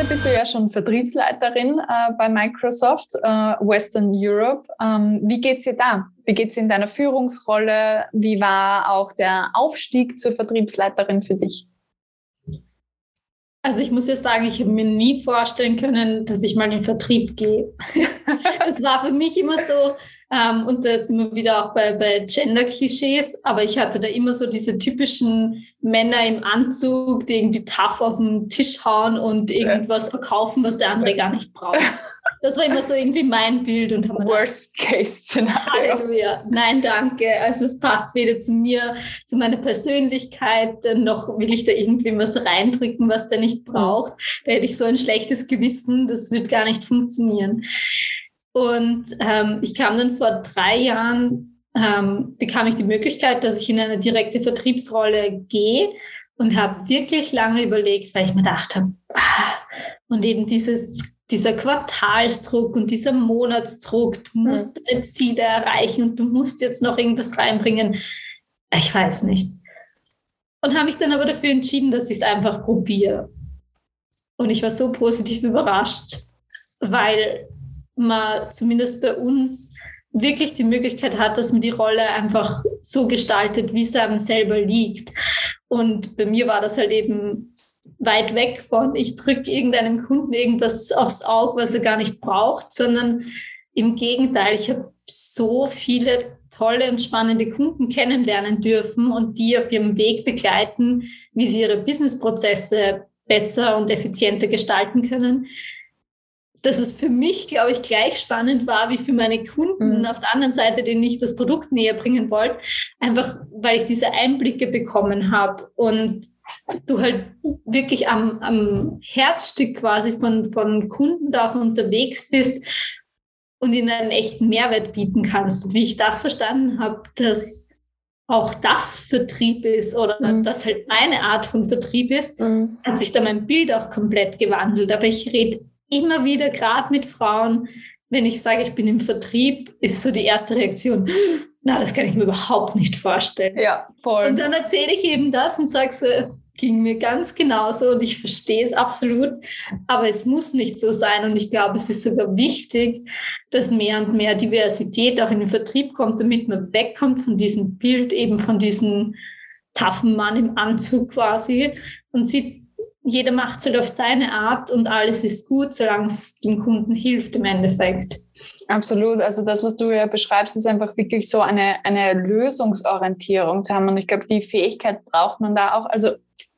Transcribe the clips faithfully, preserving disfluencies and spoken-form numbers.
bist du ja schon Vertriebsleiterin äh, bei Microsoft äh, Western Europe. Ähm, wie geht's dir da? Wie geht's in deiner Führungsrolle? Wie war auch der Aufstieg zur Vertriebsleiterin für dich? Also ich muss jetzt sagen, ich habe mir nie vorstellen können, dass ich mal in den Vertrieb gehe. Es war für mich immer so, ähm, und da sind wir wieder auch bei, bei Gender-Klischees, aber ich hatte da immer so diese typischen Männer im Anzug, die irgendwie tough auf den Tisch hauen und irgendwas verkaufen, was der andere gar nicht braucht. Das war immer so irgendwie mein Bild. Und Worst-Case-Szenario. Halleluja. Nein, danke. Also es passt weder zu mir, zu meiner Persönlichkeit, noch will ich da irgendwie was reindrücken, was der nicht braucht. Da hätte ich so ein schlechtes Gewissen, das wird gar nicht funktionieren. Und ähm, ich kam dann vor drei Jahren, ähm, bekam ich die Möglichkeit, dass ich in eine direkte Vertriebsrolle gehe und habe wirklich lange überlegt, weil ich mir gedacht habe, ah, und eben dieses dieser Quartalsdruck und dieser Monatsdruck, du musst deine Ziele erreichen und du musst jetzt noch irgendwas reinbringen. Ich weiß nicht. Und habe mich dann aber dafür entschieden, dass ich es einfach probiere. Und ich war so positiv überrascht, weil man zumindest bei uns wirklich die Möglichkeit hat, dass man die Rolle einfach so gestaltet, wie es einem selber liegt. Und bei mir war das halt eben weit weg von, ich drücke irgendeinem Kunden irgendwas aufs Auge, was er gar nicht braucht, sondern im Gegenteil, ich habe so viele tolle und spannende Kunden kennenlernen dürfen und die auf ihrem Weg begleiten, wie sie ihre Businessprozesse besser und effizienter gestalten können, dass es für mich, glaube ich, gleich spannend war wie für meine Kunden mhm. auf der anderen Seite, denen ich das Produkt näher bringen wollte, einfach weil ich diese Einblicke bekommen habe und du halt wirklich am, am Herzstück quasi von, von Kunden da auch unterwegs bist und ihnen einen echten Mehrwert bieten kannst. Und wie ich das verstanden habe, dass auch das Vertrieb ist oder mhm. dass halt meine Art von Vertrieb ist, mhm. hat sich da mein Bild auch komplett gewandelt. Aber ich rede immer wieder, gerade mit Frauen, wenn ich sage, ich bin im Vertrieb, ist so die erste Reaktion, na, das kann ich mir überhaupt nicht vorstellen. Ja, voll. Und dann erzähle ich eben das und sage so, ging mir ganz genauso und ich verstehe es absolut, aber es muss nicht so sein und ich glaube, es ist sogar wichtig, dass mehr und mehr Diversität auch in den Vertrieb kommt, damit man wegkommt von diesem Bild, eben von diesem toughen Mann im Anzug quasi und sieht, jeder macht es halt auf seine Art und alles ist gut, solange es dem Kunden hilft im Endeffekt. Absolut. Also das, was du ja beschreibst, ist einfach wirklich so eine, eine Lösungsorientierung zu haben. Und ich glaube, die Fähigkeit braucht man da auch. Also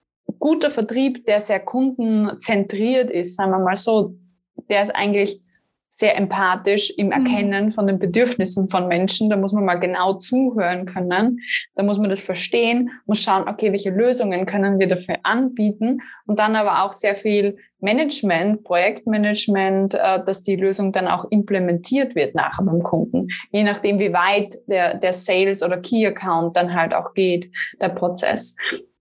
guter Vertrieb, der sehr kundenzentriert ist, sagen wir mal so, der ist eigentlich sehr empathisch im Erkennen von den Bedürfnissen von Menschen. Da muss man mal genau zuhören können. Da muss man das verstehen, muss schauen, okay, welche Lösungen können wir dafür anbieten und dann aber auch sehr viel Management, Projektmanagement, äh, dass die Lösung dann auch implementiert wird nachher beim Kunden. Je nachdem, wie weit der, der Sales- oder Key-Account dann halt auch geht, der Prozess.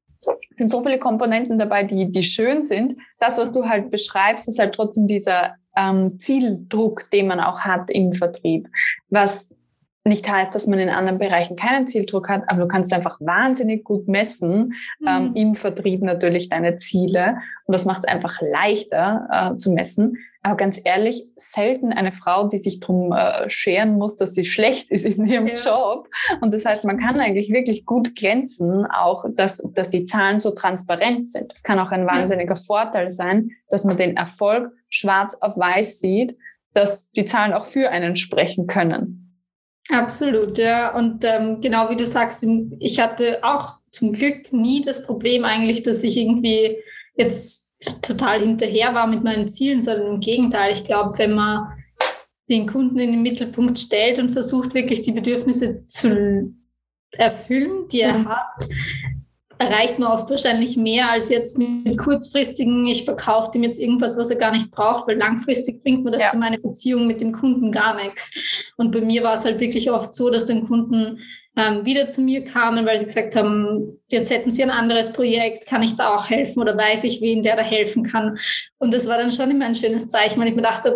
Es sind so viele Komponenten dabei, die, die schön sind. Das, was du halt beschreibst, ist halt trotzdem dieser ähm, Zieldruck, den man auch hat im Vertrieb. Was nicht heißt, dass man in anderen Bereichen keinen Zieldruck hat, aber du kannst einfach wahnsinnig gut messen, mhm. ähm, im Vertrieb natürlich deine Ziele. Und das macht es einfach leichter äh, zu messen. Aber ganz ehrlich, selten eine Frau, die sich drum äh, scheren muss, dass sie schlecht ist in ihrem ja. Job. Und das heißt, man kann eigentlich wirklich gut grenzen, auch dass, dass die Zahlen so transparent sind. Das kann auch ein wahnsinniger ja. Vorteil sein, dass man den Erfolg schwarz auf weiß sieht, dass die Zahlen auch für einen sprechen können. Absolut, ja. Und ähm, genau wie du sagst, ich hatte auch zum Glück nie das Problem eigentlich, dass ich irgendwie jetzt total hinterher war mit meinen Zielen, sondern im Gegenteil. Ich glaube, wenn man den Kunden in den Mittelpunkt stellt und versucht, wirklich die Bedürfnisse zu erfüllen, die er mhm. hat, erreicht man oft wahrscheinlich mehr als jetzt mit kurzfristigen, ich verkaufe dem jetzt irgendwas, was er gar nicht braucht, weil langfristig bringt mir das ja. für meine Beziehung mit dem Kunden gar nichts. Und bei mir war es halt wirklich oft so, dass dann Kunden ähm, wieder zu mir kamen, weil sie gesagt haben, jetzt hätten sie ein anderes Projekt, kann ich da auch helfen oder weiß ich wen, der da helfen kann. Und das war dann schon immer ein schönes Zeichen, weil ich mir dachte,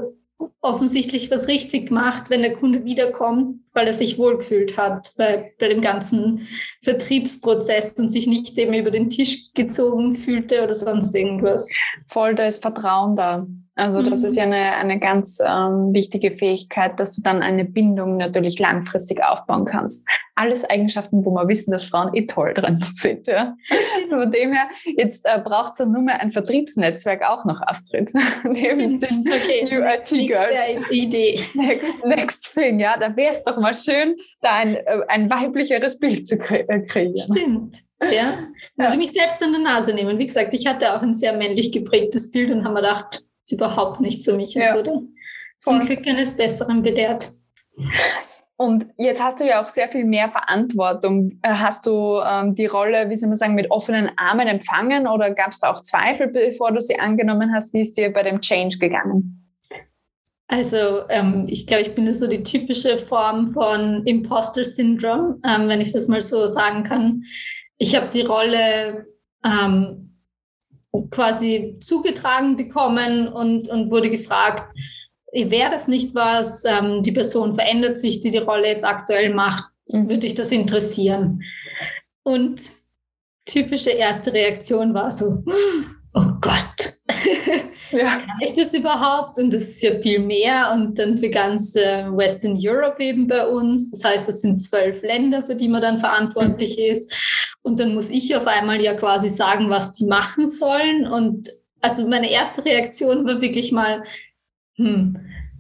offensichtlich was richtig gemacht, wenn der Kunde wiederkommt, weil er sich wohlgefühlt hat bei, bei dem ganzen Vertriebsprozess und sich nicht eben über den Tisch gezogen fühlte oder sonst irgendwas. Voll, da ist Vertrauen da. Also das mhm. ist ja eine, eine ganz ähm, wichtige Fähigkeit, dass du dann eine Bindung natürlich langfristig aufbauen kannst. Alles Eigenschaften, wo wir wissen, dass Frauen eh toll dran sind. Ja? Von dem her, jetzt äh, braucht es ja nur mehr ein Vertriebsnetzwerk auch noch, Astrid. Neben den okay. U I T-Girls. Idee. Next, next thing, ja. Da wäre es doch mal schön, da ein, äh, ein weiblicheres Bild zu kre- äh, kreieren. Stimmt. Ja. Also ja. mich selbst an der Nase nehmen. Wie gesagt, ich hatte auch ein sehr männlich geprägtes Bild und habe mir gedacht, ist überhaupt nicht für mich. Ja. Wurde zum Voll. Glück eines Besseren belehrt. Und jetzt hast du ja auch sehr viel mehr Verantwortung. Hast du ähm, die Rolle, wie soll man sagen, mit offenen Armen empfangen oder gab es da auch Zweifel, bevor du sie angenommen hast? Wie ist dir bei dem Change gegangen? Also ähm, ich glaube, ich bin so die typische Form von Imposter-Syndrom, ähm, wenn ich das mal so sagen kann. Ich habe die Rolle ähm, quasi zugetragen bekommen und, und wurde gefragt, wäre das nicht was, ähm, die Person verändert sich, die die Rolle jetzt aktuell macht, würde dich das interessieren? Und typische erste Reaktion war so, oh Gott, ja. Kann ich das überhaupt? Und das ist ja viel mehr und dann für ganz äh, Western Europe eben bei uns. Das heißt, das sind zwölf Länder, für die man dann verantwortlich mhm. ist. Und dann muss ich auf einmal ja quasi sagen, was die machen sollen. Und also meine erste Reaktion war wirklich mal, hm.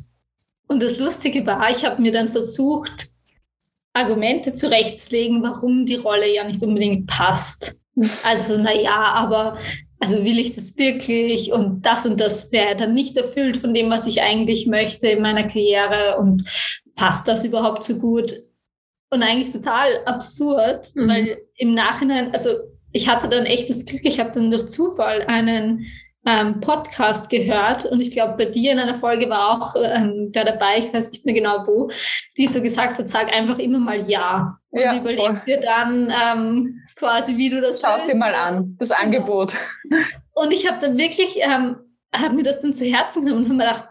Und das Lustige war, ich habe mir dann versucht, Argumente zurechtzulegen, warum die Rolle ja nicht unbedingt passt. Also, naja, aber also will ich das wirklich und das und das wäre dann nicht erfüllt von dem, was ich eigentlich möchte in meiner Karriere und passt das überhaupt so gut? Und eigentlich total absurd, mhm. weil im Nachhinein, also ich hatte dann echt das Glück, ich habe dann durch Zufall einen ähm, Podcast gehört und ich glaube, bei dir in einer Folge war auch ähm, wer dabei, ich weiß nicht mehr genau wo, die so gesagt hat, sag einfach immer mal Ja. Und ja, überleg dir dann ähm, quasi, wie du das Schau es dir mal an, das Angebot. Und ich habe dann wirklich, ähm, habe mir das dann zu Herzen genommen und habe mir gedacht,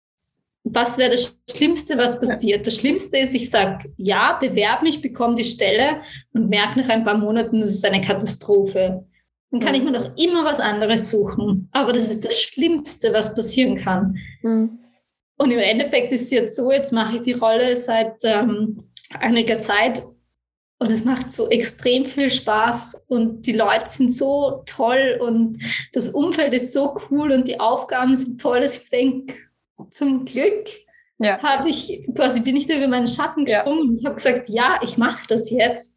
was wäre das Schlimmste, was passiert? Ja. Das Schlimmste ist, ich sage, ja, bewerbe mich, bekomme die Stelle und merke nach ein paar Monaten, das ist eine Katastrophe. Dann kann mhm. ich mir doch immer was anderes suchen. Aber das ist das Schlimmste, was passieren kann. Mhm. Und im Endeffekt ist es jetzt so, jetzt mache ich die Rolle seit ähm, einiger Zeit und es macht so extrem viel Spaß und die Leute sind so toll und das Umfeld ist so cool und die Aufgaben sind toll, dass ich denke, zum Glück ja. habe ich, quasi bin ich da über meinen Schatten gesprungen und ja. habe gesagt, ja, ich mache das jetzt.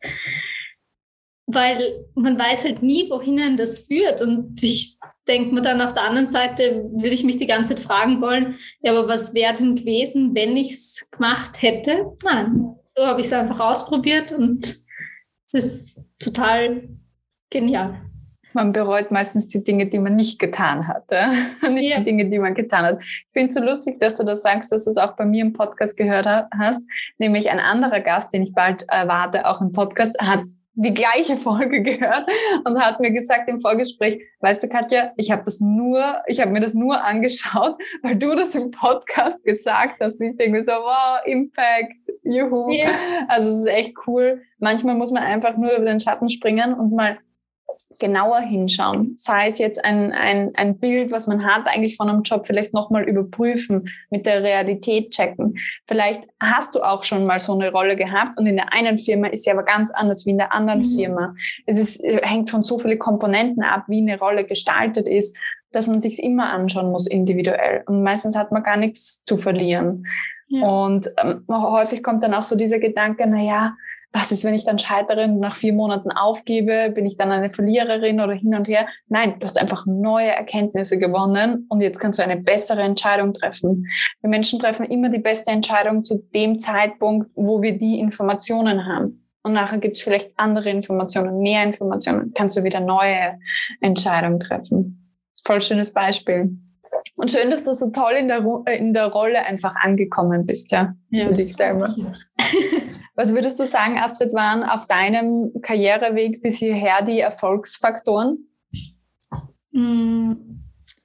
Weil man weiß halt nie, wohin einen das führt. Und ich denke mir dann auf der anderen Seite, würde ich mich die ganze Zeit fragen wollen, ja, aber was wäre denn gewesen, wenn ich es gemacht hätte? Nein, so habe ich es einfach ausprobiert und das ist total genial. Man bereut meistens die Dinge, die man nicht getan hat. Ja? Nicht ja. die Dinge, die man getan hat. Ich finde es so lustig, dass du das sagst, dass du es auch bei mir im Podcast gehört hast. Nämlich ein anderer Gast, den ich bald erwarte, auch im Podcast, hat die gleiche Folge gehört und hat mir gesagt im Vorgespräch, weißt du, Katja, ich habe das nur, ich habe mir das nur angeschaut, weil du das im Podcast gesagt hast. Ich denke so, wow, Impact, juhu. Ja. Also es ist echt cool. Manchmal muss man einfach nur über den Schatten springen und mal genauer hinschauen. Sei es jetzt ein, ein, ein Bild, was man hat eigentlich von einem Job, vielleicht nochmal überprüfen, mit der Realität checken. Vielleicht hast du auch schon mal so eine Rolle gehabt und in der einen Firma ist sie aber ganz anders wie in der anderen mhm. Firma. Es ist, hängt von so vielen Komponenten ab, wie eine Rolle gestaltet ist, dass man sich immer anschauen muss individuell. Und meistens hat man gar nichts zu verlieren. Ja. Und ähm, häufig kommt dann auch so dieser Gedanke, na ja, was ist, wenn ich dann scheitere und nach vier Monaten aufgebe? Bin ich dann eine Verliererin oder hin und her? Nein, du hast einfach neue Erkenntnisse gewonnen und jetzt kannst du eine bessere Entscheidung treffen. Wir Menschen treffen immer die beste Entscheidung zu dem Zeitpunkt, wo wir die Informationen haben. Und nachher gibt es vielleicht andere Informationen, mehr Informationen. Kannst du wieder neue Entscheidungen treffen. Voll schönes Beispiel. Und schön, dass du so toll in der, in der Rolle einfach angekommen bist, ja, ja für dich selber. Was würdest du sagen, Astrid, waren auf deinem Karriereweg bis hierher die Erfolgsfaktoren?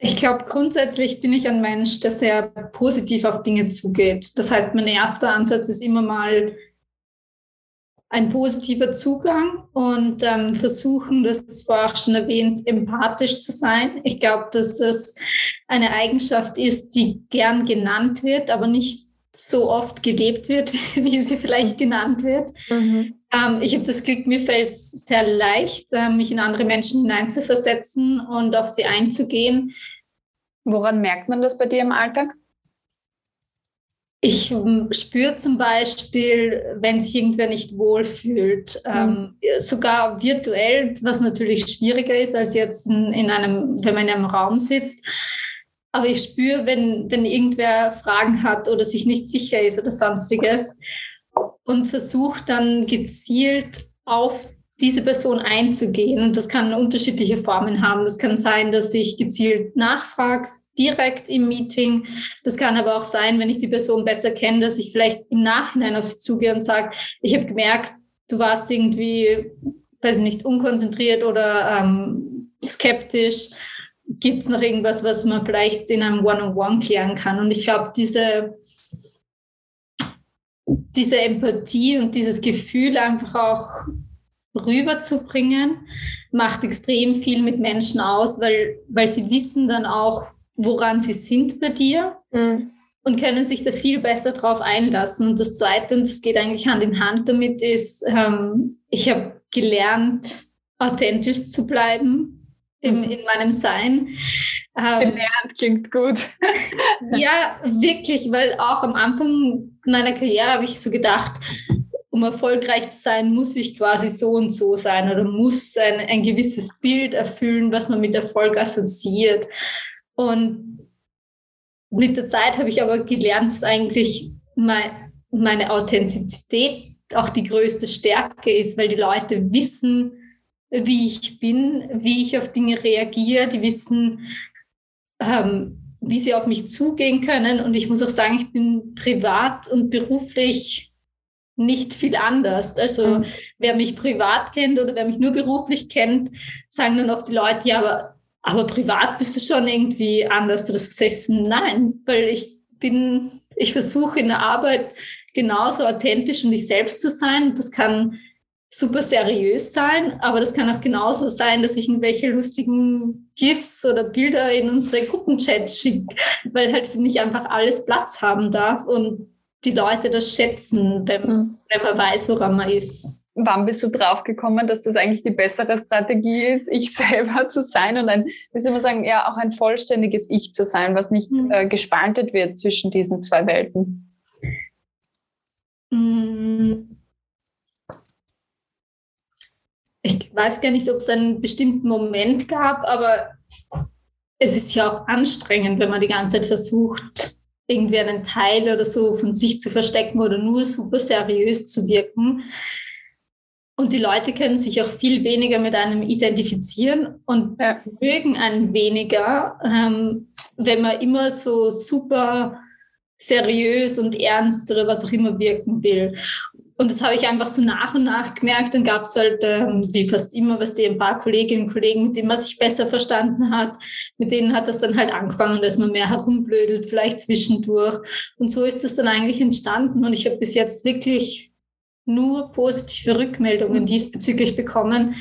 Ich glaube, grundsätzlich bin ich ein Mensch, der sehr positiv auf Dinge zugeht. Das heißt, mein erster Ansatz ist immer mal ein positiver Zugang und ähm, versuchen, das war auch schon erwähnt, empathisch zu sein. Ich glaube, dass das eine Eigenschaft ist, die gern genannt wird, aber nicht so oft gelebt wird, wie sie vielleicht genannt wird. Mhm. Ähm, ich habe das Glück, mir fällt es sehr leicht, äh, mich in andere Menschen hineinzuversetzen und auf sie einzugehen. Woran merkt man das bei dir im Alltag? Ich ähm, spüre zum Beispiel, wenn sich irgendwer nicht wohlfühlt, ähm, mhm. sogar virtuell, was natürlich schwieriger ist als jetzt in, in einem, wenn man in einem Raum sitzt. Aber ich spüre, wenn, wenn irgendwer Fragen hat oder sich nicht sicher ist oder sonstiges und versucht dann gezielt auf diese Person einzugehen. Und das kann unterschiedliche Formen haben. Das kann sein, dass ich gezielt nachfrage, direkt im Meeting. Das kann aber auch sein, wenn ich die Person besser kenne, dass ich vielleicht im Nachhinein auf sie zugehe und sage, ich habe gemerkt, du warst irgendwie, weiß ich nicht, unkonzentriert oder ähm, skeptisch. Gibt es noch irgendwas, was man vielleicht in einem One-on-One klären kann? Und ich glaube, diese, diese Empathie und dieses Gefühl einfach auch rüberzubringen, macht extrem viel mit Menschen aus, weil, weil sie wissen dann auch, woran sie sind bei dir mhm. und können sich da viel besser drauf einlassen. Und das Zweite, und das geht eigentlich Hand in Hand damit, ist, ähm, ich habe gelernt, authentisch zu bleiben im, mhm. in meinem Sein. Ähm, gelernt klingt gut. Ja, wirklich, weil auch am Anfang meiner Karriere habe ich so gedacht, um erfolgreich zu sein, muss ich quasi so und so sein oder muss ein, ein gewisses Bild erfüllen, was man mit Erfolg assoziiert. Und mit der Zeit habe ich aber gelernt, dass eigentlich mein, meine Authentizität auch die größte Stärke ist, weil die Leute wissen, wie ich bin, wie ich auf Dinge reagiere, die wissen, ähm, wie sie auf mich zugehen können. Und ich muss auch sagen, ich bin privat und beruflich nicht viel anders. Also mhm. wer mich privat kennt oder wer mich nur beruflich kennt, sagen dann oft die Leute, ja, aber Aber privat bist du schon irgendwie anders. Oder du sagst, nein, weil ich bin, ich versuche in der Arbeit genauso authentisch und ich selbst zu sein. Das kann super seriös sein, aber das kann auch genauso sein, dass ich irgendwelche lustigen GIFs oder Bilder in unsere Gruppenchat schicke, weil halt, finde ich, einfach alles Platz haben darf und die Leute das schätzen, wenn, mhm. wenn man weiß, woran man ist. Wann bist du drauf gekommen, dass das eigentlich die bessere Strategie ist, ich selber zu sein und ein, wie soll man sagen, ja, auch ein vollständiges Ich zu sein, was nicht mhm. äh, gespaltet wird zwischen diesen zwei Welten? Ich weiß gar nicht, ob es einen bestimmten Moment gab, aber es ist ja auch anstrengend, wenn man die ganze Zeit versucht, irgendwie einen Teil oder so von sich zu verstecken oder nur super seriös zu wirken. Und die Leute können sich auch viel weniger mit einem identifizieren und ja. mögen einen weniger, ähm, wenn man immer so super seriös und ernst oder was auch immer wirken will. Und das habe ich einfach so nach und nach gemerkt. Dann gab es halt, ähm, wie fast immer, was die ein paar Kolleginnen und Kollegen, mit denen man sich besser verstanden hat, mit denen hat das dann halt angefangen, dass man mehr herumblödelt, vielleicht zwischendurch. Und so ist das dann eigentlich entstanden. Und ich habe bis jetzt wirklich nur positive Rückmeldungen diesbezüglich bekommen,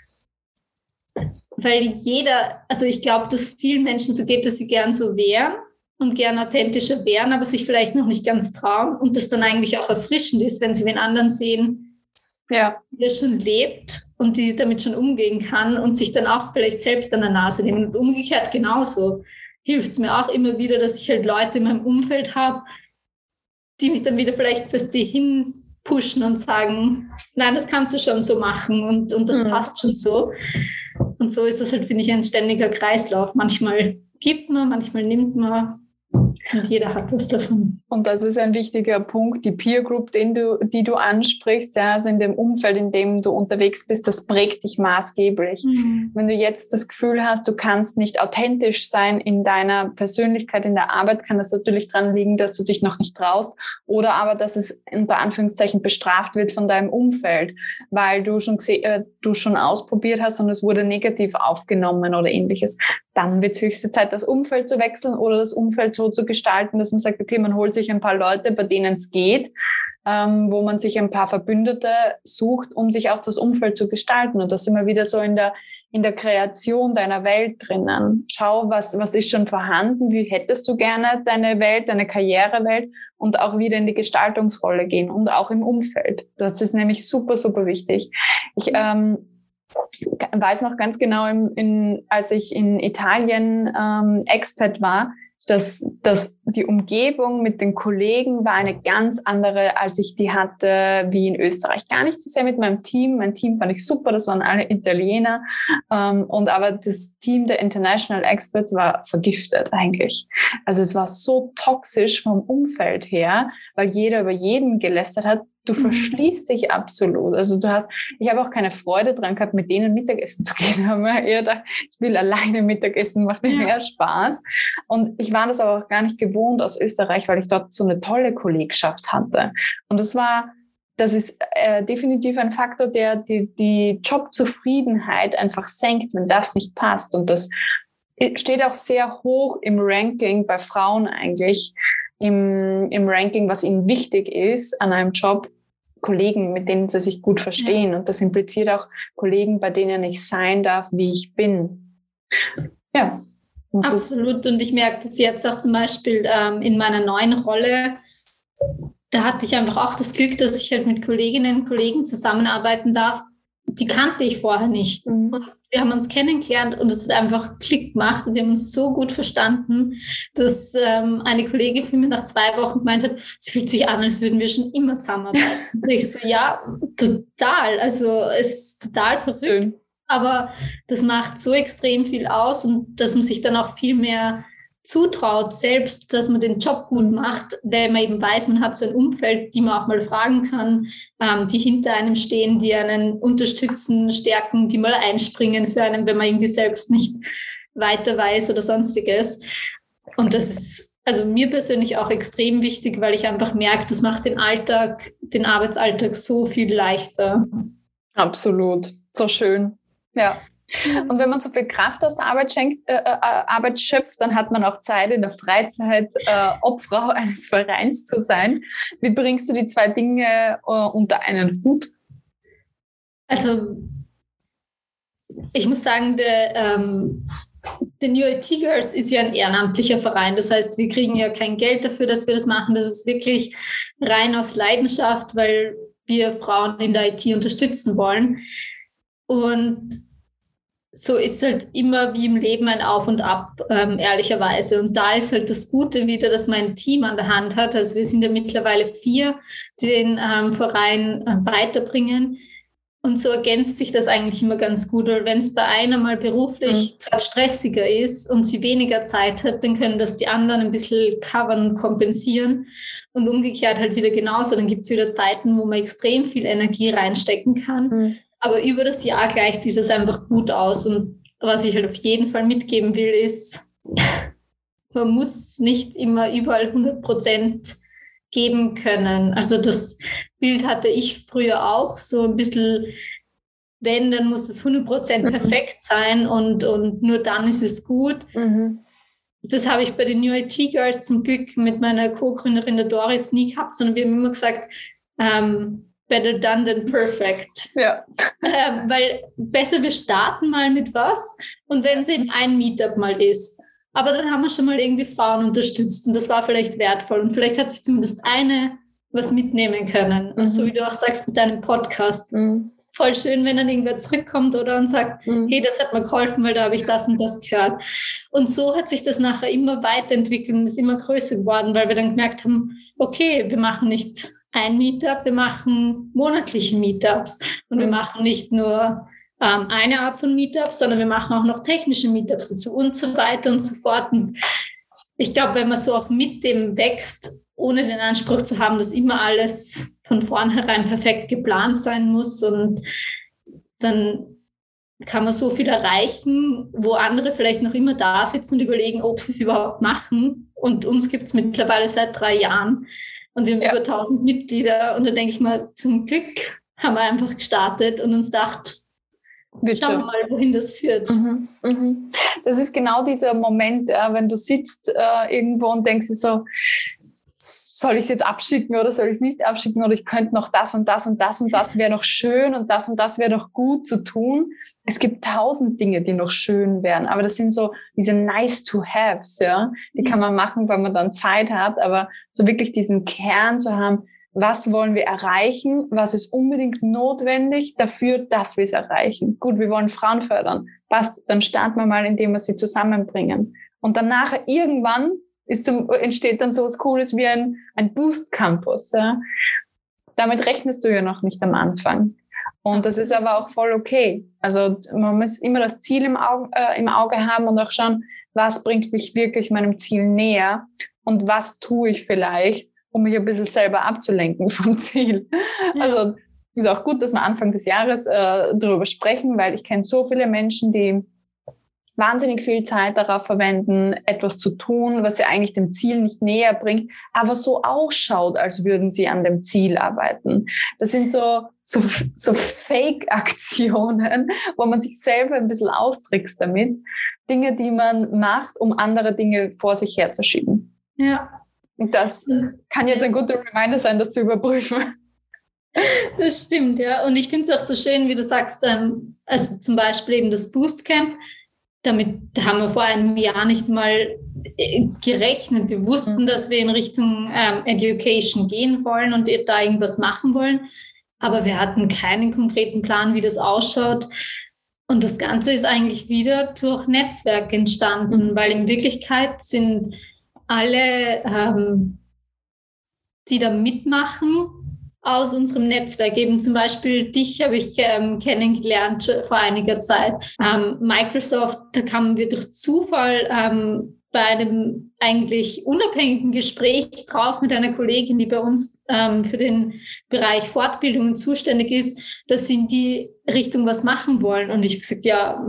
weil jeder, also ich glaube, dass vielen Menschen so geht, dass sie gern so wären und gern authentischer wären, aber sich vielleicht noch nicht ganz trauen und das dann eigentlich auch erfrischend ist, wenn sie den anderen sehen, ja. der schon lebt und die damit schon umgehen kann und sich dann auch vielleicht selbst an der Nase nehmen. Und umgekehrt genauso hilft es mir auch immer wieder, dass ich halt Leute in meinem Umfeld habe, die mich dann wieder vielleicht bis die hin pushen und sagen, nein, das kannst du schon so machen und, und das mhm. passt schon so. Und so ist das halt, finde ich, ein ständiger Kreislauf. Manchmal gibt man, manchmal nimmt man. Und jeder hat was davon. Und das ist ein wichtiger Punkt, die Peer Group, den du, die du ansprichst, ja, also in dem Umfeld, in dem du unterwegs bist, das prägt dich maßgeblich. Mhm. Wenn du jetzt das Gefühl hast, du kannst nicht authentisch sein in deiner Persönlichkeit, in der Arbeit, kann das natürlich daran liegen, dass du dich noch nicht traust oder aber, dass es unter Anführungszeichen bestraft wird von deinem Umfeld, weil du schon, äh, du schon ausprobiert hast und es wurde negativ aufgenommen oder ähnliches. Dann wird es höchste Zeit, das Umfeld zu wechseln oder das Umfeld so zu gestalten, dass man sagt, okay, man holt sich ein paar Leute, bei denen es geht, ähm, wo man sich ein paar Verbündete sucht, um sich auch das Umfeld zu gestalten. Und das sind wir wieder so in der in der Kreation deiner Welt drinnen. Schau, was was ist schon vorhanden, wie hättest du gerne deine Welt, deine Karrierewelt und auch wieder in die Gestaltungsrolle gehen und auch im Umfeld. Das ist nämlich super, super wichtig. Ich ähm, weiß noch ganz genau, in, in, als ich in Italien ähm, Expat war, dass, dass die Umgebung mit den Kollegen war eine ganz andere, als ich die hatte wie in Österreich. Gar nicht so sehr mit meinem Team. Mein Team fand ich super, das waren alle Italiener. Ähm, und aber das Team der International Experts war vergiftet eigentlich. Also es war so toxisch vom Umfeld her, weil jeder über jeden gelästert hat. Du verschließt dich absolut. Also du hast, ich habe auch keine Freude dran gehabt, mit denen Mittagessen zu gehen. Ich habe mir eher gedacht, ich will alleine Mittagessen, macht mir ja. mehr Spaß. Und ich war das aber auch gar nicht gewohnt aus Österreich, weil ich dort so eine tolle Kollegschaft hatte. Und das war, das ist äh, definitiv ein Faktor, der die, die Jobzufriedenheit einfach senkt, wenn das nicht passt. Und das steht auch sehr hoch im Ranking bei Frauen eigentlich, im, im Ranking, was ihnen wichtig ist an einem Job, Kollegen, mit denen sie sich gut verstehen. Ja. Und das impliziert auch Kollegen, bei denen ich sein darf, wie ich bin. Ja. Absolut. Und ich merke das jetzt auch zum Beispiel ähm, in meiner neuen Rolle. Da hatte ich einfach auch das Glück, dass ich halt mit Kolleginnen und Kollegen zusammenarbeiten darf. Die kannte ich vorher nicht. Mhm. Und wir haben uns kennengelernt und es hat einfach Klick gemacht und wir haben uns so gut verstanden, dass ähm, eine Kollegin für mich nach zwei Wochen gemeint hat, es fühlt sich an, als würden wir schon immer zusammenarbeiten. Und ich so, ja, total. Also es ist total verrückt. Mhm. Aber das macht so extrem viel aus und dass man sich dann auch viel mehr zutraut selbst, dass man den Job gut macht, weil man eben weiß, man hat so ein Umfeld, die man auch mal fragen kann, ähm, die hinter einem stehen, die einen unterstützen, stärken, die mal einspringen für einen, wenn man irgendwie selbst nicht weiter weiß oder sonstiges. Und das ist also mir persönlich auch extrem wichtig, weil ich einfach merke, das macht den Alltag, den Arbeitsalltag so viel leichter. Absolut, so schön, ja. Und wenn man so viel Kraft aus der Arbeit, schenkt, äh, äh, Arbeit schöpft, dann hat man auch Zeit, in der Freizeit äh, Obfrau eines Vereins zu sein. Wie bringst du die zwei Dinge äh, unter einen Hut? Also ich muss sagen, der, ähm, der New I T Girls ist ja ein ehrenamtlicher Verein. Das heißt, wir kriegen ja kein Geld dafür, dass wir das machen. Das ist wirklich rein aus Leidenschaft, weil wir Frauen in der I T unterstützen wollen. Und so ist halt immer wie im Leben ein Auf und Ab, ähm, ehrlicherweise. Und da ist halt das Gute wieder, dass man ein Team an der Hand hat. Also wir sind ja mittlerweile vier, die den ähm, Verein äh, weiterbringen. Und so ergänzt sich das eigentlich immer ganz gut. Weil wenn es bei einer mal beruflich mhm. gerade stressiger ist und sie weniger Zeit hat, dann können das die anderen ein bisschen covern, kompensieren. Und umgekehrt halt wieder genauso. Dann gibt es wieder Zeiten, wo man extrem viel Energie reinstecken kann. Mhm. Aber über das Jahr gleicht sich das einfach gut aus. Und was ich halt auf jeden Fall mitgeben will, ist, man muss nicht immer überall hundert Prozent geben können. Also das Bild hatte ich früher auch, so ein bisschen, wenn, dann muss es hundert Prozent mhm. perfekt sein und, und nur dann ist es gut. Mhm. Das habe ich bei den New I T Girls zum Glück mit meiner Co-Gründerin der Doris nie gehabt, sondern wir haben immer gesagt, ähm, better done than perfect. Ja. Äh, weil besser, wir starten mal mit was und wenn es eben ein Meetup mal ist. Aber dann haben wir schon mal irgendwie Frauen unterstützt und das war vielleicht wertvoll und vielleicht hat sich zumindest eine was mitnehmen können. Mhm. Und so wie du auch sagst mit deinem Podcast. Mhm. Voll schön, wenn dann irgendwer zurückkommt oder und sagt, mhm. hey, das hat mir geholfen, weil da habe ich das und das gehört. Und so hat sich das nachher immer weiterentwickelt und ist immer größer geworden, weil wir dann gemerkt haben, okay, wir machen nicht ein Meetup, wir machen monatliche Meetups und mhm. wir machen nicht nur ähm, eine Art von Meetups, sondern wir machen auch noch technische Meetups dazu und so weiter und so fort. Und ich glaube, wenn man so auch mit dem wächst, ohne den Anspruch zu haben, dass immer alles von vornherein perfekt geplant sein muss, und dann kann man so viel erreichen, wo andere vielleicht noch immer da sitzen und überlegen, ob sie es überhaupt machen. Und uns gibt es mittlerweile seit drei Jahren und wir haben ja. über tausend Mitglieder. Und da denke ich mal, zum Glück haben wir einfach gestartet und uns gedacht, Bitte. Schauen wir mal, wohin das führt. Mhm, mhm. Das ist genau dieser Moment, ja, wenn du sitzt äh, irgendwo und denkst dir so, soll ich es jetzt abschicken oder soll ich es nicht abschicken, oder ich könnte noch das und das und das und das wäre noch schön und das und das wäre noch gut zu tun. Es gibt tausend Dinge, die noch schön wären, aber das sind so diese nice-to-haves, ja, die kann man machen, weil man dann Zeit hat, aber so wirklich diesen Kern zu haben, was wollen wir erreichen? Was ist unbedingt notwendig dafür, dass wir es erreichen? Gut, wir wollen Frauen fördern. Passt, dann starten wir mal, indem wir sie zusammenbringen. Und dann nachher irgendwann ist zum, entsteht dann so was Cooles wie ein, ein Boost-Campus. Ja? Damit rechnest du ja noch nicht am Anfang. Und das ist aber auch voll okay. Also man muss immer das Ziel im Auge, äh, im Auge haben und auch schauen, was bringt mich wirklich meinem Ziel näher und was tue ich vielleicht, um mich ein bisschen selber abzulenken vom Ziel. Ja. Also ist auch gut, dass wir Anfang des Jahres äh, darüber sprechen, weil ich kenne so viele Menschen, die wahnsinnig viel Zeit darauf verwenden, etwas zu tun, was sie eigentlich dem Ziel nicht näher bringt, aber so ausschaut, als würden sie an dem Ziel arbeiten. Das sind so, so, so Fake-Aktionen, wo man sich selber ein bisschen austrickst damit. Dinge, die man macht, um andere Dinge vor sich herzuschieben. Ja. Und das kann jetzt ein guter Reminder sein, das zu überprüfen. Das stimmt, ja. Und ich finde es auch so schön, wie du sagst, ähm, also zum Beispiel eben das Bootcamp, damit haben wir vor einem Jahr nicht mal gerechnet. Wir wussten, dass wir in Richtung ähm, Education gehen wollen und da irgendwas machen wollen, aber wir hatten keinen konkreten Plan, wie das ausschaut. Und das Ganze ist eigentlich wieder durch Netzwerk entstanden, weil in Wirklichkeit sind alle, ähm, die da mitmachen, aus unserem Netzwerk. Eben zum Beispiel dich habe ich ähm, kennengelernt vor einiger Zeit. Ähm, Microsoft, da kamen wir durch Zufall ähm, bei einem eigentlich unabhängigen Gespräch drauf mit einer Kollegin, die bei uns ähm, für den Bereich Fortbildungen zuständig ist, dass sie in die Richtung was machen wollen. Und ich habe gesagt, ja,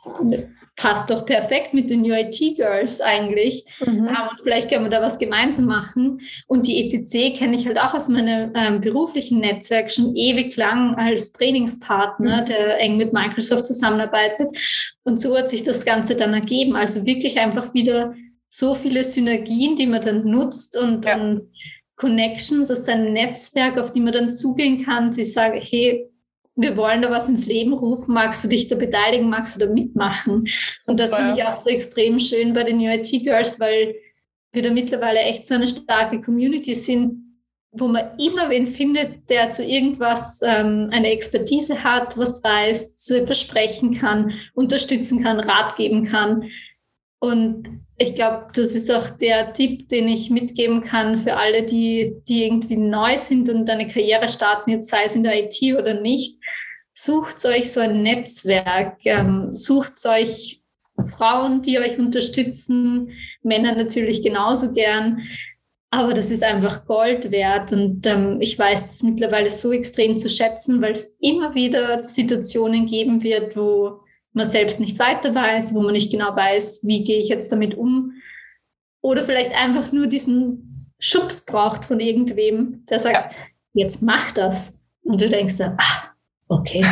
passt doch perfekt mit den U I T-Girls eigentlich. Mhm. Ähm, und vielleicht können wir da was gemeinsam machen. Und die E T C kenne ich halt auch aus meinem ähm, beruflichen Netzwerk schon ewig lang als Trainingspartner, mhm. der eng mit Microsoft zusammenarbeitet. Und so hat sich das Ganze dann ergeben. Also wirklich einfach wieder so viele Synergien, die man dann nutzt und, ja. und Connections aus seinem Netzwerk, auf die man dann zugehen kann. Sie sagen, hey, wir wollen da was ins Leben rufen, magst du dich da beteiligen, magst du da mitmachen? Super. Und das finde ich auch so extrem schön bei den U I T-Girls, weil wir da mittlerweile echt so eine starke Community sind, wo man immer wen findet, der zu irgendwas ähm, eine Expertise hat, was weiß, zu etwas sprechen kann, unterstützen kann, Rat geben kann. Und ich glaube, das ist auch der Tipp, den ich mitgeben kann für alle, die, die irgendwie neu sind und eine Karriere starten, jetzt sei es in der I T oder nicht. Sucht euch so ein Netzwerk, ähm, sucht euch Frauen, die euch unterstützen, Männer natürlich genauso gern. Aber das ist einfach Gold wert und ähm, ich weiß das mittlerweile so extrem zu schätzen, weil es immer wieder Situationen geben wird, wo man selbst nicht weiter weiß, wo man nicht genau weiß, wie gehe ich jetzt damit um. Oder vielleicht einfach nur diesen Schubs braucht von irgendwem, der sagt, ja. jetzt mach das. Und du denkst dann, ah, okay.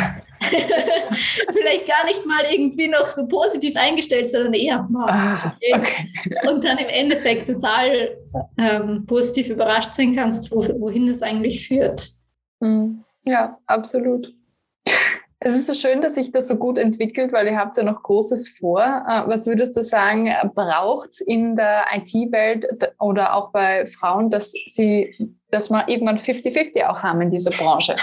Vielleicht gar nicht mal irgendwie noch so positiv eingestellt, sondern eher, oh, okay. Okay. Und dann im Endeffekt total ähm, positiv überrascht sein kannst, wo, wohin das eigentlich führt. Ja, absolut. Es ist so schön, dass sich das so gut entwickelt, weil ihr habt ja noch Großes vor. Was würdest du sagen, braucht es in der I T-Welt oder auch bei Frauen, dass sie, dass wir irgendwann fünfzig fünfzig auch haben in dieser Branche?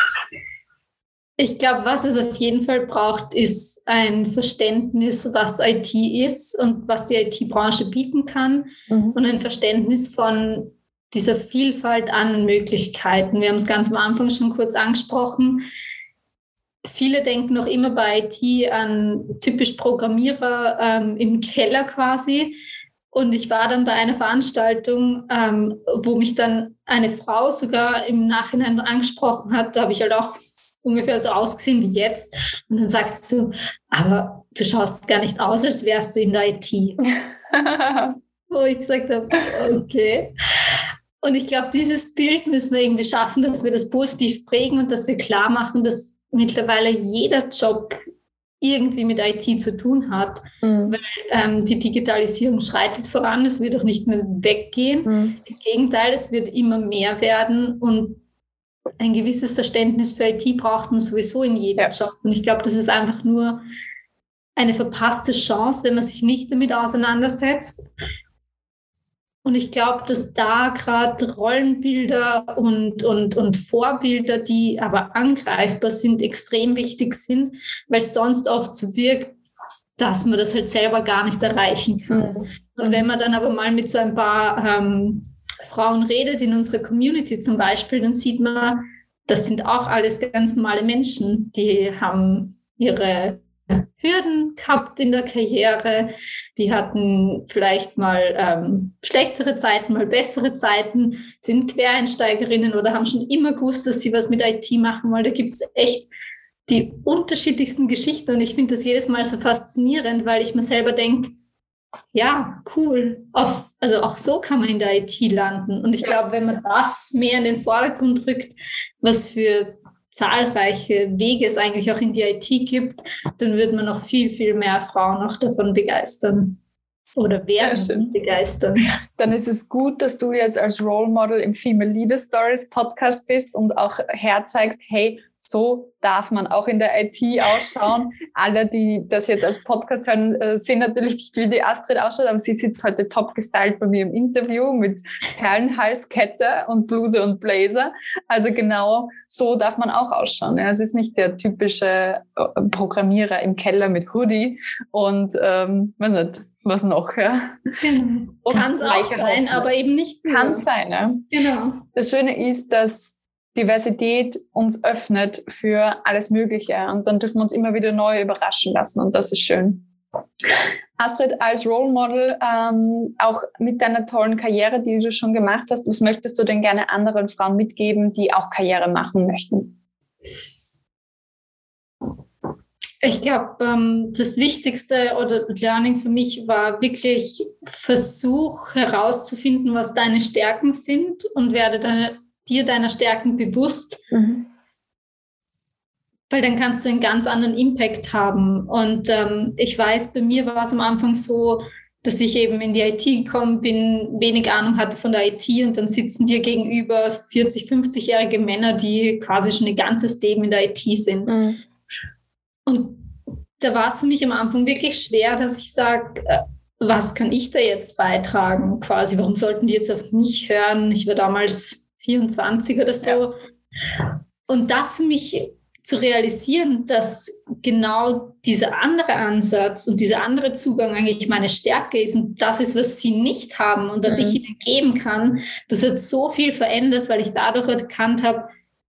Ich glaube, was es auf jeden Fall braucht, ist ein Verständnis, was I T ist und was die I T-Branche bieten kann, mhm. und ein Verständnis von dieser Vielfalt an Möglichkeiten. Wir haben es ganz am Anfang schon kurz angesprochen. Viele denken noch immer bei I T an typisch Programmierer ähm, im Keller quasi. Und ich war dann bei einer Veranstaltung, ähm, wo mich dann eine Frau sogar im Nachhinein angesprochen hat. Da habe ich halt auch ungefähr so ausgesehen wie jetzt. Und dann sagt sie so, aber du schaust gar nicht aus, als wärst du in der I T. Wo ich gesagt habe, okay. Und ich glaube, dieses Bild müssen wir irgendwie schaffen, dass wir das positiv prägen und dass wir klar machen, dass mittlerweile jeder Job irgendwie mit I T zu tun hat, mhm. weil ähm, die Digitalisierung schreitet voran, es wird auch nicht mehr weggehen. Mhm. Im Gegenteil, es wird immer mehr werden und ein gewisses Verständnis für I T braucht man sowieso in jedem ja. Job. Und ich glaube, das ist einfach nur eine verpasste Chance, wenn man sich nicht damit auseinandersetzt. Und ich glaube, dass da gerade Rollenbilder und, und, und Vorbilder, die aber angreifbar sind, extrem wichtig sind, weil es sonst oft so wirkt, dass man das halt selber gar nicht erreichen kann. Mhm. Und wenn man dann aber mal mit so ein paar ähm, Frauen redet, in unserer Community zum Beispiel, dann sieht man, das sind auch alles ganz normale Menschen, die haben ihre Hürden gehabt in der Karriere, die hatten vielleicht mal ähm, schlechtere Zeiten, mal bessere Zeiten, sind Quereinsteigerinnen oder haben schon immer gewusst, dass sie was mit I T machen wollen. Da gibt es echt die unterschiedlichsten Geschichten und ich finde das jedes Mal so faszinierend, weil ich mir selber denke, ja, cool, Auf, also auch so kann man in der I T landen und ich glaube, wenn man das mehr in den Vordergrund rückt, was für zahlreiche Wege es eigentlich auch in die I T gibt, dann wird man noch viel, viel mehr Frauen auch davon begeistern oder werden begeistern. Dann ist es gut, dass du jetzt als Role Model im Female Leader Stories Podcast bist und auch herzeigst, hey, so darf man auch in der I T ausschauen. Alle, die das jetzt als Podcast hören, sehen natürlich nicht, wie die Astrid ausschaut, aber sie sitzt heute top gestylt bei mir im Interview mit Perlenhalskette und Bluse und Blazer. Also genau so darf man auch ausschauen. Ja, es ist nicht der typische Programmierer im Keller mit Hoodie und ähm, weiß nicht, was noch, ja. Genau. Kann es auch sein, aber eben nicht nur. Kann sein, ja. Genau. Das Schöne ist, dass Diversität uns öffnet für alles Mögliche und dann dürfen wir uns immer wieder neu überraschen lassen und das ist schön. Astrid, als Role Model, ähm, auch mit deiner tollen Karriere, die du schon gemacht hast, was möchtest du denn gerne anderen Frauen mitgeben, die auch Karriere machen möchten? Ich glaube, ähm, das Wichtigste oder Learning für mich war wirklich Versuch herauszufinden, was deine Stärken sind und werde deine, dir deiner Stärken bewusst, mhm. weil dann kannst du einen ganz anderen Impact haben. Und ähm, ich weiß, bei mir war es am Anfang so, dass ich eben in die I T gekommen bin, wenig Ahnung hatte von der I T und dann sitzen dir gegenüber vierzig-, fünfzigjährige Männer, die quasi schon ein ganzes Leben in der I T sind. Mhm. Und da war es für mich am Anfang wirklich schwer, dass ich sage, äh, was kann ich da jetzt beitragen quasi? Warum sollten die jetzt auf mich hören? Ich war damals vierundzwanzig oder so. Ja. Und das für mich zu realisieren, dass genau dieser andere Ansatz und dieser andere Zugang eigentlich meine Stärke ist und das ist, was sie nicht haben und was mhm. ich ihnen geben kann, das hat so viel verändert, weil ich dadurch erkannt habe,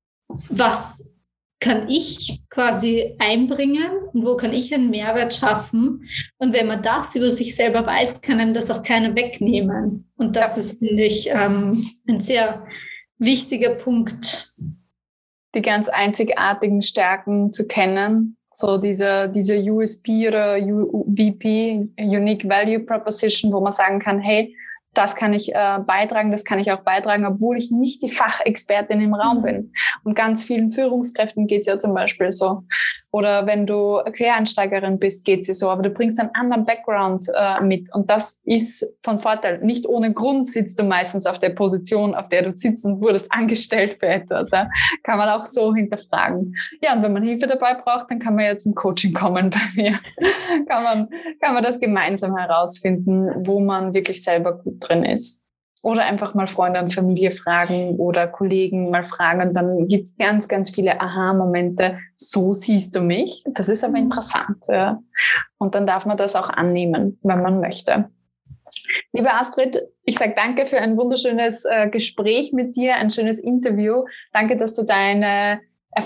was kann ich quasi einbringen und wo kann ich einen Mehrwert schaffen? Und wenn man das über sich selber weiß, kann einem das auch keiner wegnehmen. Und das ja. ist, finde ich, ähm, ein sehr wichtiger Punkt. Die ganz einzigartigen Stärken zu kennen, so diese, diese U S P oder U V P, Unique Value Proposition, wo man sagen kann, hey, das kann ich äh, beitragen, das kann ich auch beitragen, obwohl ich nicht die Fachexpertin im Raum bin. Und ganz vielen Führungskräften geht's ja zum Beispiel so. Oder wenn du Quereinsteigerin bist, geht's dir so. Aber du bringst einen anderen Background äh, mit. Und das ist von Vorteil. Nicht ohne Grund sitzt du meistens auf der Position, auf der du sitzt und wurdest angestellt für etwas. Ja? Kann man auch so hinterfragen. Ja, und wenn man Hilfe dabei braucht, dann kann man ja zum Coaching kommen bei mir. kann man, kann man das gemeinsam herausfinden, wo man wirklich selber gut drin ist. Oder einfach mal Freunde und Familie fragen oder Kollegen mal fragen. Und dann gibt's ganz, ganz viele Aha-Momente. So siehst du mich. Das ist aber interessant. Ja. Und dann darf man das auch annehmen, wenn man möchte. Liebe Astrid, ich sage danke für ein wunderschönes äh, Gespräch mit dir, ein schönes Interview. Danke, dass du deine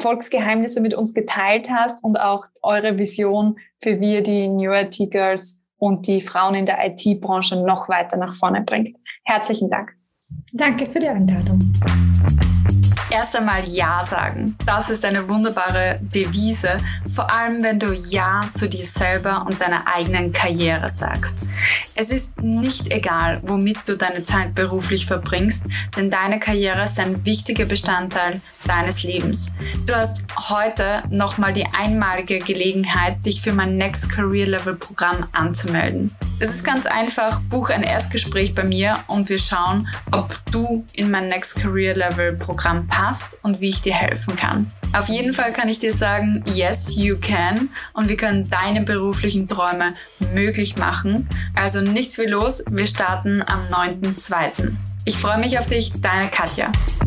Erfolgsgeheimnisse mit uns geteilt hast und auch eure Vision, für wir die New I T Girls und die Frauen in der I T-Branche noch weiter nach vorne bringt. Herzlichen Dank. Danke für die Einladung. Erst einmal Ja sagen. Das ist eine wunderbare Devise, vor allem wenn du Ja zu dir selber und deiner eigenen Karriere sagst. Es ist nicht egal, womit du deine Zeit beruflich verbringst, denn deine Karriere ist ein wichtiger Bestandteil deines Lebens. Du hast heute nochmal die einmalige Gelegenheit, dich für mein Next Career Level Programm anzumelden. Es ist ganz einfach, buch ein Erstgespräch bei mir und wir schauen, ob du in mein Next Career Level Programm passt und wie ich dir helfen kann. Auf jeden Fall kann ich dir sagen, yes, you can, und wir können deine beruflichen Träume möglich machen. Also nichts wie los, wir starten am neunten zweiten Ich freue mich auf dich, deine Katja.